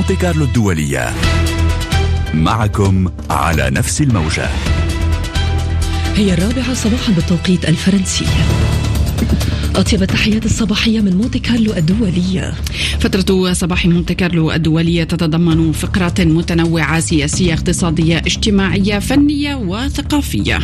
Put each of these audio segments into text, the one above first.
مونتي كارلو الدولية، معكم على نفس الموجة. هي 4 صباحا بالتوقيت الفرنسي. أطيب التحيات الصباحية من مونتي كارلو الدولية. فترة صباح مونتي كارلو الدولية تتضمن فقرات متنوعة سياسية، اقتصادية، اجتماعية، فنية وثقافية.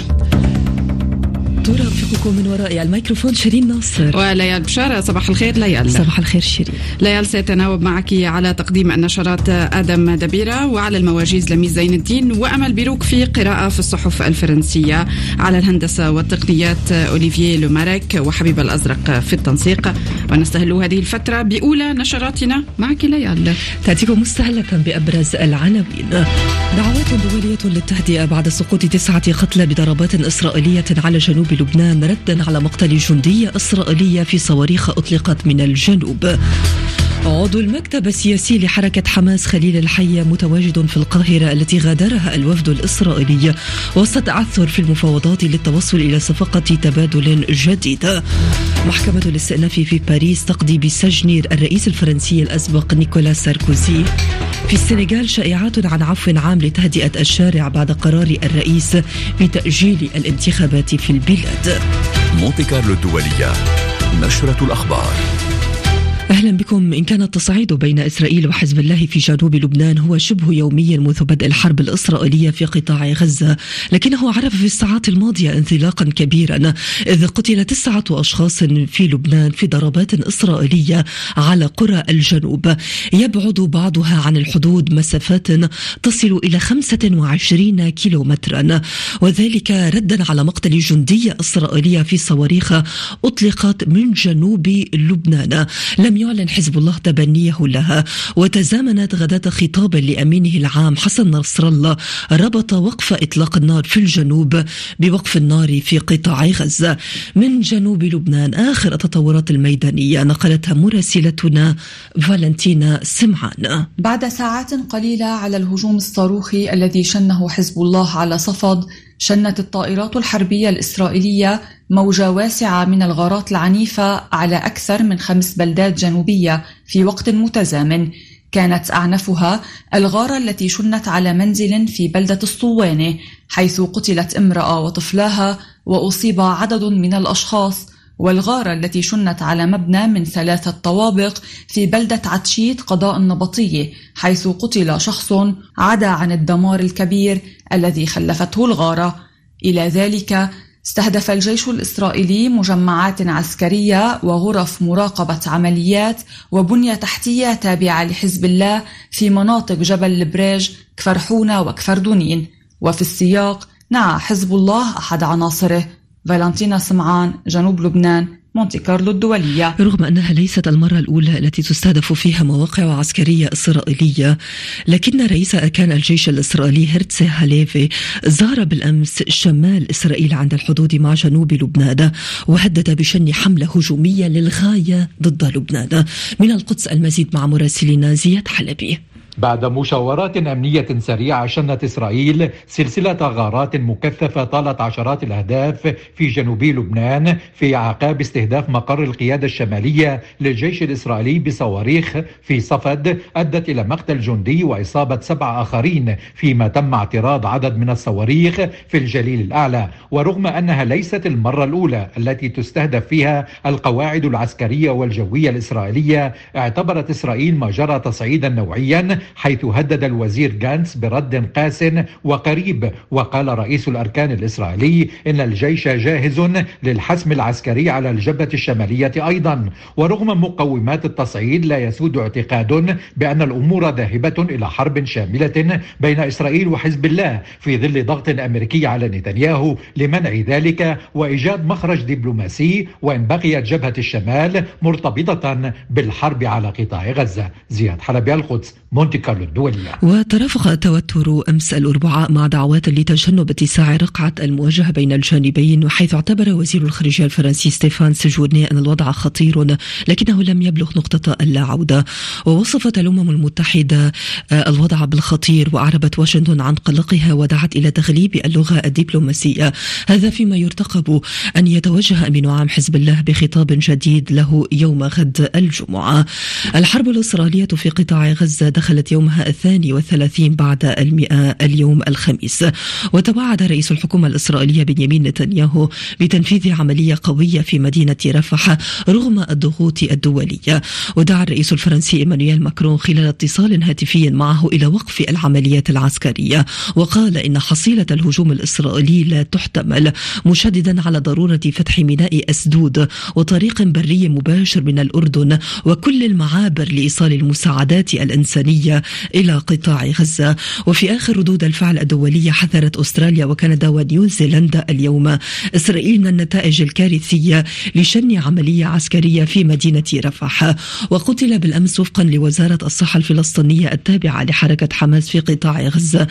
ترافقكم من وراء الميكروفون شيرين ناصر وليال بشارة. صباح الخير ليال. صباح الخير شيرين. ليال سيتناوب معك على تقديم النشرات آدم دبيرة، وعلى المواجيز لميس زين الدين وأمل بيروك في قراءة في الصحف الفرنسية، على الهندسة والتقنيات أوليفييه لومارك وحبيب الأزرق في التنسيق. ونستهل هذه الفترة بأولى نشراتنا معك ليال. تأتيكم مستهلة بأبرز العناوين. دعوات دولية للتهدئة بعد سقوط 9 قتلى بضربات إسرائيلية على جنوب لبنان، ردا على مقتل جندية إسرائيلية في صواريخ أطلقت من الجنوب. عضو المكتب السياسي لحركة حماس خليل الحية متواجد في القاهرة التي غادرها الوفد الإسرائيلي وسط تعثر في المفاوضات للتوصل إلى صفقة تبادل جديدة. محكمة الاستئناف في باريس تقضي بسجن الرئيس الفرنسي الأسبق نيكولاس ساركوزي. في السنغال شائعات عن عفو عام لتهدئة الشارع بعد قرار الرئيس بتأجيل الانتخابات في البلاد. مونتي كارلو الدولية، نشرة الأخبار. أهلا بكم. إن كان التصعيد بين إسرائيل وحزب الله في جنوب لبنان هو شبه يومي منذ بدء الحرب الإسرائيلية في قطاع غزة، لكنه عرف في الساعات الماضية انزلاقا كبيرا، إذ قتل 9 أشخاص في لبنان في ضربات إسرائيلية على قرى الجنوب يبعد بعضها عن الحدود مسافات تصل إلى 25 كيلومترا، وذلك ردا على مقتل جندية إسرائيلية في صواريخ أطلقت من جنوب لبنان. لم يعلن حزب الله تبنيه لها، وتزامنت غداة خطاب لأمينه العام حسن نصر الله ربط وقف إطلاق النار في الجنوب بوقف النار في قطاع غزة. من جنوب لبنان آخر التطورات الميدانية نقلتها مراسلتنا فالنتينا سمعان. بعد ساعات قليلة على الهجوم الصاروخي الذي شنه حزب الله على صفد، شنت الطائرات الحربية الإسرائيلية موجة واسعة من الغارات العنيفة على أكثر من 5 بلدات جنوبية في وقت متزامن. كانت أعنفها الغارة التي شنت على منزل في بلدة الصوانة، حيث قتلت امرأة وطفلاها وأصيب عدد من الأشخاص، والغارة التي شنت على مبنى من 3 طوابق في بلدة عتشيت قضاء النبطية، حيث قتل شخص، عدا عن الدمار الكبير الذي خلفته الغارة. إلى ذلك استهدف الجيش الإسرائيلي مجمعات عسكرية وغرف مراقبة عمليات وبنية تحتية تابعة لحزب الله في مناطق جبل البريج، كفر حونة وكفر دونين. وفي السياق نعى حزب الله أحد عناصره. فالنتينا سمعان، جنوب لبنان، مونتي كارلو الدولية. رغم أنها ليست المرة الأولى التي تستهدف فيها مواقع عسكرية إسرائيلية، لكن رئيس أركان الجيش الإسرائيلي هرتزي هاليفي زار بالأمس شمال إسرائيل عند الحدود مع جنوب لبنان، وهدد بشن حملة هجومية للغاية ضد لبنان. من القدس المزيد مع مراسلنا زياد حلبي. بعد مشاورات أمنية سريعة، شنت إسرائيل سلسلة غارات مكثفة طالت عشرات الأهداف في جنوب لبنان في أعقاب استهداف مقر القيادة الشمالية للجيش الإسرائيلي بصواريخ في صفد، أدت إلى مقتل جندي وإصابة 7 آخرين، فيما تم اعتراض عدد من الصواريخ في الجليل الأعلى. ورغم أنها ليست المرة الأولى التي تستهدف فيها القواعد العسكرية والجوية الإسرائيلية، اعتبرت إسرائيل ما جرى تصعيدا نوعيا، حيث هدد الوزير غانتس برد قاس وقريب. وقال رئيس الأركان الإسرائيلي إن الجيش جاهز للحسم العسكري على الجبهة الشمالية أيضا. ورغم مقومات التصعيد، لا يسود اعتقاد بأن الأمور ذاهبة إلى حرب شاملة بين إسرائيل وحزب الله، في ظل ضغط أمريكي على نتنياهو لمنع ذلك وإيجاد مخرج دبلوماسي، وإن بقيت جبهة الشمال مرتبطة بالحرب على قطاع غزة. زياد حلبي، القدس، مونتي كارلو الدولية. وترافق التوتر أمس الأربعاء مع دعوات لتجنب اتساع رقعة المواجهة بين الجانبين، وحيث اعتبر وزير الخارجية الفرنسي ستيفان سيجورني أن الوضع خطير لكنه لم يبلغ نقطة اللا عودة. ووصفت الأمم المتحدة الوضع بالخطير، وأعربت واشنطن عن قلقها ودعت إلى تغليب اللغة الدبلوماسية. هذا فيما يرتقب أن يتوجه أمين عام حزب الله بخطاب جديد له يوم غد الجمعة. الحرب الإسرائيلية في قطاع غزة دخلت شهدت يومها 32 بعد 100 اليوم الخميس. وتوعد رئيس الحكومة الإسرائيلية بنيامين نتنياهو بتنفيذ عملية قوية في مدينة رفح رغم الضغوط الدولية. ودعا الرئيس الفرنسي إيمانويل ماكرون خلال اتصال هاتفي معه إلى وقف العمليات العسكرية، وقال إن حصيلة الهجوم الإسرائيلي لا تحتمل، مشددا على ضرورة فتح ميناء أسدود وطريق بري مباشر من الأردن وكل المعابر لإيصال المساعدات الإنسانية إلى قطاع غزة. وفي آخر ردود الفعل الدولية حذرت أستراليا وكندا ونيوزيلندا اليوم إسرائيل من النتائج الكارثية لشن عملية عسكرية في مدينة رفح. وقتل بالأمس وفقا لوزارة الصحة الفلسطينية التابعة لحركة حماس في قطاع غزة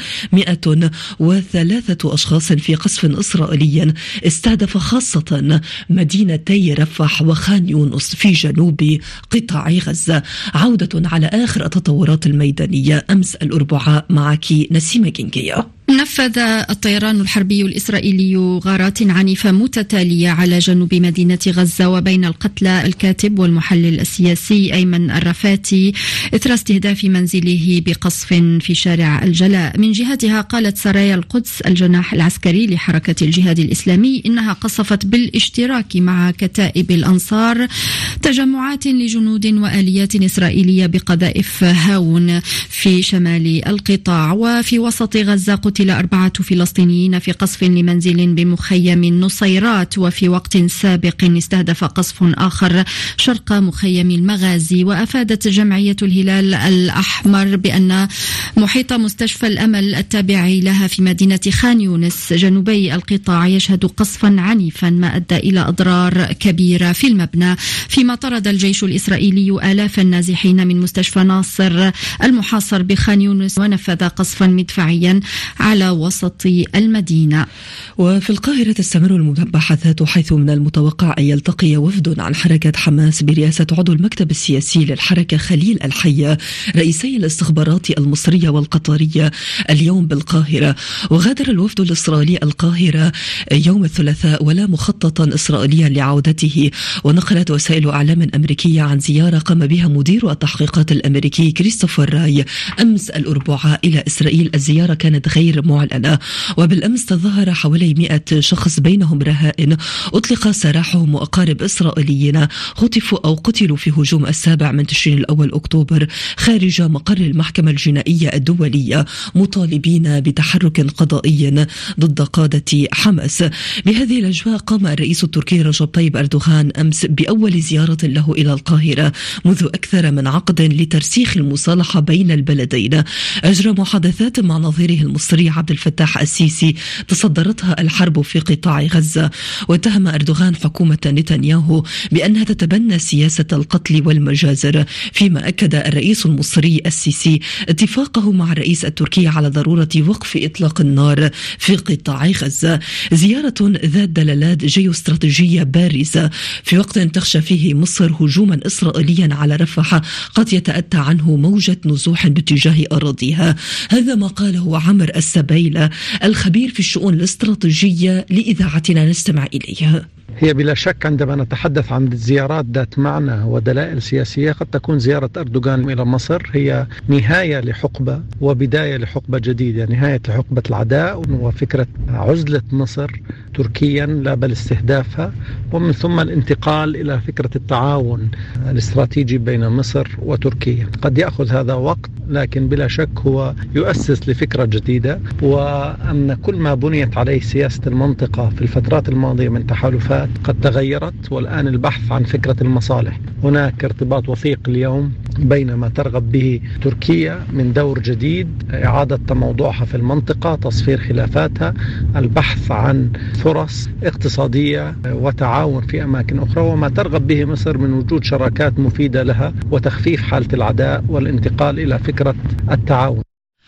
103 أشخاص في قصف إسرائيلي استهدف خاصة مدينتي رفح وخان يونس في جنوب قطاع غزة. عودة على آخر التطورات الميدانية أمس الأربعاء، معك نسيمة كينكية. نفذ الطيران الحربي الإسرائيلي غارات عنيفة متتالية على جنوب مدينة غزة، وبين القتلى الكاتب والمحلل السياسي أيمن الرفاتي إثر استهداف منزله بقصف في شارع الجلاء. من جهتها قالت سرايا القدس الجناح العسكري لحركة الجهاد الإسلامي إنها قصفت بالاشتراك مع كتائب الأنصار تجمعات لجنود وآليات إسرائيلية بقذائف هاون في شمال القطاع. وفي وسط غزة قتل 4 فلسطينيين في قصف لمنزل بمخيم نصيرات، وفي وقت سابق استهدف قصف آخر شرق مخيم المغازي. وأفادت جمعية الهلال الأحمر بأن محيط مستشفى الأمل التابع لها في مدينة خان يونس جنوبي القطاع يشهد قصفا عنيفا ما أدى إلى أضرار كبيرة في المبنى، فيما طرد الجيش الإسرائيلي آلاف النازحين من مستشفى ناصر المحاصر بخان يونس، ونفذ قصفا مدفعيا على وسط المدينة. وفي القاهرة تستمر المباحثات، حيث من المتوقع أن يلتقي وفد عن حركة حماس برئاسة عضو المكتب السياسي للحركة خليل الحية رئيسي الاستخبارات المصرية والقطرية اليوم بالقاهرة. وغادر الوفد الإسرائيلي القاهرة يوم الثلاثاء ولا مخططا إسرائيليا لعودته. ونقلت وسائل أعلام أمريكية عن زيارة قام بها مدير التحقيقات الأمريكي كريستوفر راي أمس الأربعاء إلى إسرائيل. الزيارة كانت غير معلنة. وبالأمس تظاهر حوالي 100 شخص بينهم رهائن أطلق سراحهم وأقارب إسرائيليين خطفوا أو قتلوا في هجوم 7 تشرين الأول أكتوبر خارج مقر المحكمة الجنائية الدولية، مطالبين بتحرك قضائي ضد قادة حماس. بهذه الأجواء قام الرئيس التركي رجب طيب أردوغان أمس بأول زيارة له إلى القاهرة منذ أكثر من عقد لترسيخ المصالحة بين البلدين. أجرى محادثات مع نظيره المصري عبد الفتاح السيسي تصدرتها الحرب في قطاع غزة. واتهم أردوغان حكومة نتنياهو بأنها تتبنى سياسة القتل والمجازر، فيما أكد الرئيس المصري السيسي اتفاقه مع الرئيس التركي على ضرورة وقف إطلاق النار في قطاع غزة. زيارة ذات دلالات جيوستراتيجية بارزة في وقت تخشى فيه مصر هجوما إسرائيليا على رفح قد يتأتى عنه موجة نزوح باتجاه أراضيها. هذا ما قاله عمر السبيلة الخبير في الشؤون الاستراتيجية لإذاعتنا، نستمع إليه. هي بلا شك عندما نتحدث عن زيارات ذات معنى ودلائل سياسية قد تكون زيارة أردوغان إلى مصر هي نهاية لحقبة وبداية لحقبة جديدة، نهاية لحقبة العداء وفكرة عزلة مصر تركيا لا بل استهدافها، ومن ثم الانتقال إلى فكرة التعاون الاستراتيجي بين مصر وتركيا. قد يأخذ هذا وقت، لكن بلا شك هو يؤسس لفكرة جديدة، وأن كل ما بنيت عليه سياسة المنطقة في الفترات الماضية من تحالفات قد تغيرت، والآن البحث عن فكرة المصالح. هناك ارتباط وثيق اليوم بين ما ترغب به تركيا من دور جديد، إعادة تموضعها في المنطقة، تصفير خلافاتها، البحث عن فرص اقتصادية وتعاون في أماكن أخرى، وما ترغب به مصر من وجود شراكات مفيدة لها وتخفيف حالة العداء والانتقال إلى فكرة التعاون.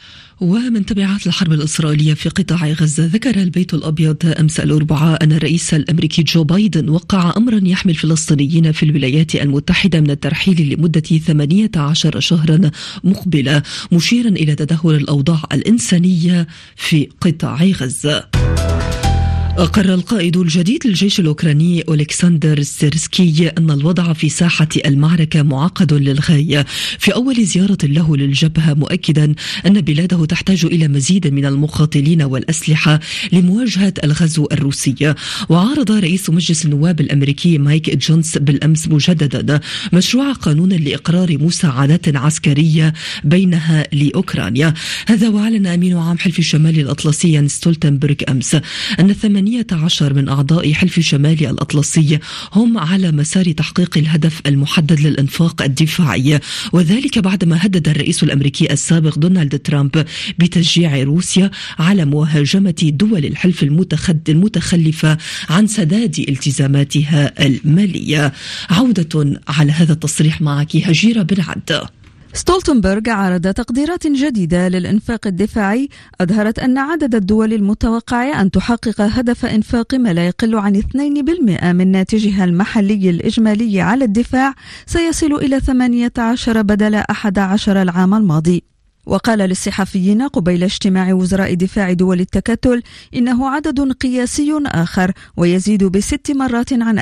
ومن تبعات الحرب الإسرائيلية في قطاع غزة، ذكر البيت الأبيض أمس الأربعاء أن الرئيس الأمريكي جو بايدن وقع أمرا يحمي الفلسطينيين في الولايات المتحدة من الترحيل لمدة 18 شهرا مقبلة، مشيرا إلى تدهور الأوضاع الإنسانية في قطاع غزة. أقر القائد الجديد للجيش الأوكراني أولكسندر سيرسكي أن الوضع في ساحة المعركة معقد للغاية في أول زيارة له للجبهة، مؤكدا أن بلاده تحتاج إلى مزيد من المقاتلين والأسلحة لمواجهة الغزو الروسي. وعارض رئيس مجلس النواب الأمريكي مايك جونز بالأمس مجددا مشروع قانون لإقرار مساعدات عسكرية بينها لأوكرانيا. هذا وأعلن أمين عام حلف الشمال الأطلسي يانس ستولتنبرغ أمس أن 18 من أعضاء حلف الشمال الأطلسي هم على مسار تحقيق الهدف المحدد للإنفاق الدفاعي، وذلك بعدما هدد الرئيس الأمريكي السابق دونالد ترامب بتشجيع روسيا على مهاجمة دول الحلف المتخلفة عن سداد التزاماتها المالية. عودة على هذا التصريح معك هجيرة بن عد. ستولتنبرغ عرض تقديرات جديدة للإنفاق الدفاعي أظهرت أن عدد الدول المتوقع أن تحقق هدف إنفاق ما لا يقل عن 2% من ناتجها المحلي الإجمالي على الدفاع سيصل إلى 18 بدل 11 العام الماضي. وقال للصحفيين قبيل اجتماع وزراء دفاع دول التكتل إنه عدد قياسي آخر ويزيد ب6 مرات عن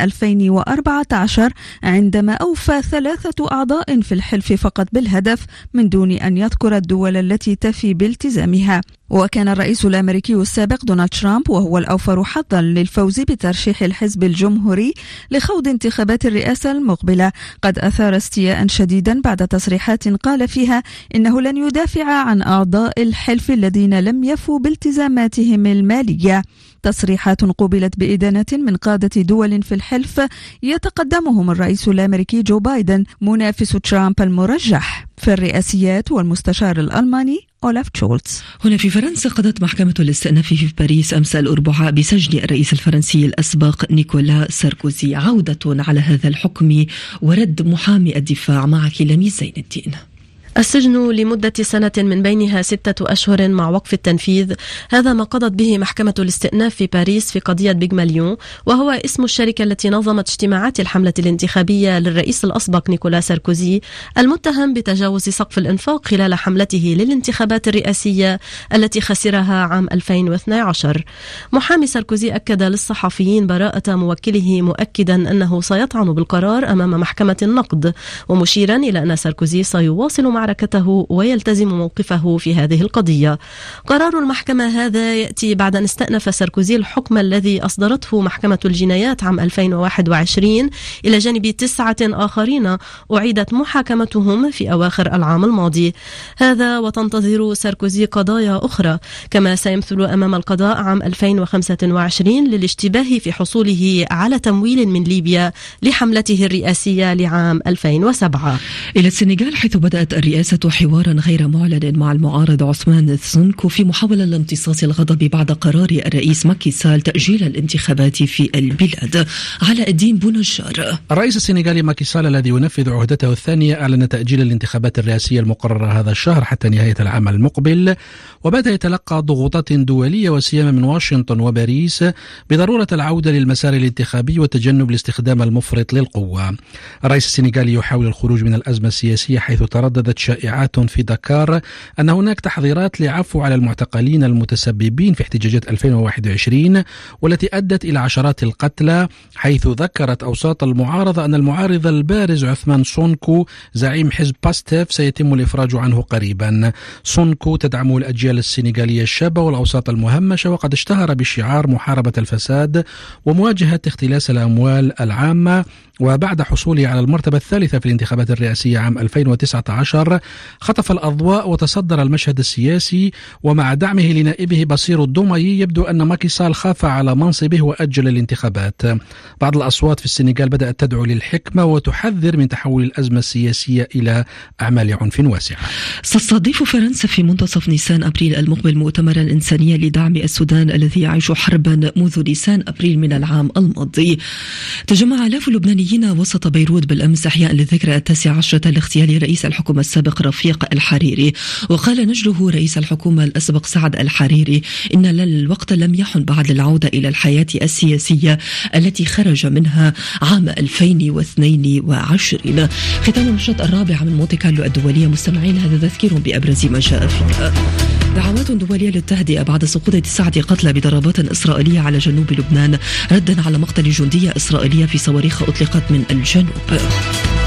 2014 عندما أوفى 3 أعضاء في الحلف فقط بالهدف من دون أن يذكر الدول التي تفي بالتزامها. وكان الرئيس الأمريكي السابق دونالد ترامب وهو الأوفر حظا للفوز بترشيح الحزب الجمهوري لخوض انتخابات الرئاسة المقبلة قد أثار استياء شديدا بعد تصريحات قال فيها إنه لن يدافع عن أعضاء الحلف الذين لم يفوا بالتزاماتهم المالية. تصريحات قوبلت بإدانة من قادة دول في الحلف يتقدمهم الرئيس الأمريكي جو بايدن منافس ترامب المرجح في الرئاسيات والمستشار الألماني أولاف شولتز. هنا في فرنسا قضت محكمة الاستئناف في باريس أمس الأربعاء بسجن الرئيس الفرنسي الأسبق نيكولا ساركوزي. عودة على هذا الحكم ورد محامي الدفاع معك لميس زين الدين. السجن لمدة سنة من بينها 6 أشهر مع وقف التنفيذ، هذا ما قضت به محكمة الاستئناف في باريس في قضية بيغماليون، وهو اسم الشركة التي نظمت اجتماعات الحملة الانتخابية للرئيس الأسبق نيكولا ساركوزي المتهم بتجاوز سقف الإنفاق خلال حملته للانتخابات الرئاسية التي خسرها عام 2012. محامي ساركوزي أكد للصحفيين براءة موكله، مؤكدا أنه سيطعن بالقرار أمام محكمة النقد، ومشيرا إلى أن ساركوزي سيواصل معركته ويلتزم موقفه في هذه القضية. قرار المحكمة هذا يأتي بعد أن استأنف ساركوزي الحكم الذي أصدرته محكمة الجنايات عام 2021 إلى جانب 9 آخرين أعيدت محاكمتهم في أواخر العام الماضي. هذا وتنتظر ساركوزي قضايا أخرى، كما سيمثل أمام القضاء عام 2025 للاشتباه في حصوله على تمويل من ليبيا لحملته الرئاسية لعام 2007. إلى السنغال، حيث بدأت الرئاسة حوارا غير معلن مع المعارض عثمان سونكو في محاولة لامتصاص الغضب بعد قرار الرئيس ماكي سال تأجيل الانتخابات في البلاد. على الدين بونجار. الرئيس السنغالي ماكي سال الذي ينفذ عهدته الثانية أعلن تأجيل الانتخابات الرئاسية المقررة هذا الشهر حتى نهاية العام المقبل، وبدأ يتلقى ضغوطات دولية وسيما من واشنطن وباريس بضرورة العودة للمسار الانتخابي وتجنب الاستخدام المفرط للقوة. الرئيس السنغالي يحاول الخروج من الأزمة السياسية، حيث ترددت شائعات في دكار أن هناك تحضيرات لعفو على المعتقلين المتسببين في احتجاجات 2021 والتي أدت إلى عشرات القتلى، حيث ذكرت أوساط المعارضة أن المعارض البارز عثمان سونكو زعيم حزب باستيف سيتم الإفراج عنه قريبا. سونكو تدعم الأجيال السنغالية الشابة والأوساط المهمشة، وقد اشتهر بشعار محاربة الفساد ومواجهة اختلاس الأموال العامة. وبعد حصوله على المرتبة الثالثة في الانتخابات الرئاسية عام 2019 خطف الأضواء وتصدر المشهد السياسي، ومع دعمه لنائبه بصير الدوماي يبدو أن ماكي سال خاف على منصبه وأجل الانتخابات. بعض الأصوات في السنغال بدأت تدعو للحكمة وتحذر من تحول الأزمة السياسية إلى أعمال عنف واسعة. ستستضيف فرنسا في منتصف نيسان أبريل المقبل مؤتمرا إنسانيا لدعم السودان الذي يعيش حربا منذ نيسان أبريل من العام الماضي. تجمع آلاف اللبنانيين وسط بيروت بالأمس إحياء للذكرى 19 لاغتيال رئيس الحكومة السابق رفيق الحريري. وقال نجله رئيس الحكومة الأسبق سعد الحريري إن الوقت لم يحن بعد للعودة إلى الحياة السياسية التي خرج منها عام 2022. ختام النشرة الرابعة من مونتي كارلو الدولية. مستمعين، هذا تذكير بأبرز ما جاء فيها. دعوات دولية للتهدئة بعد سقوط 9 قتلى بضربات إسرائيلية على جنوب لبنان ردا على مقتل جندية إسرائيلية في صواريخ أطلقت من الجنوب.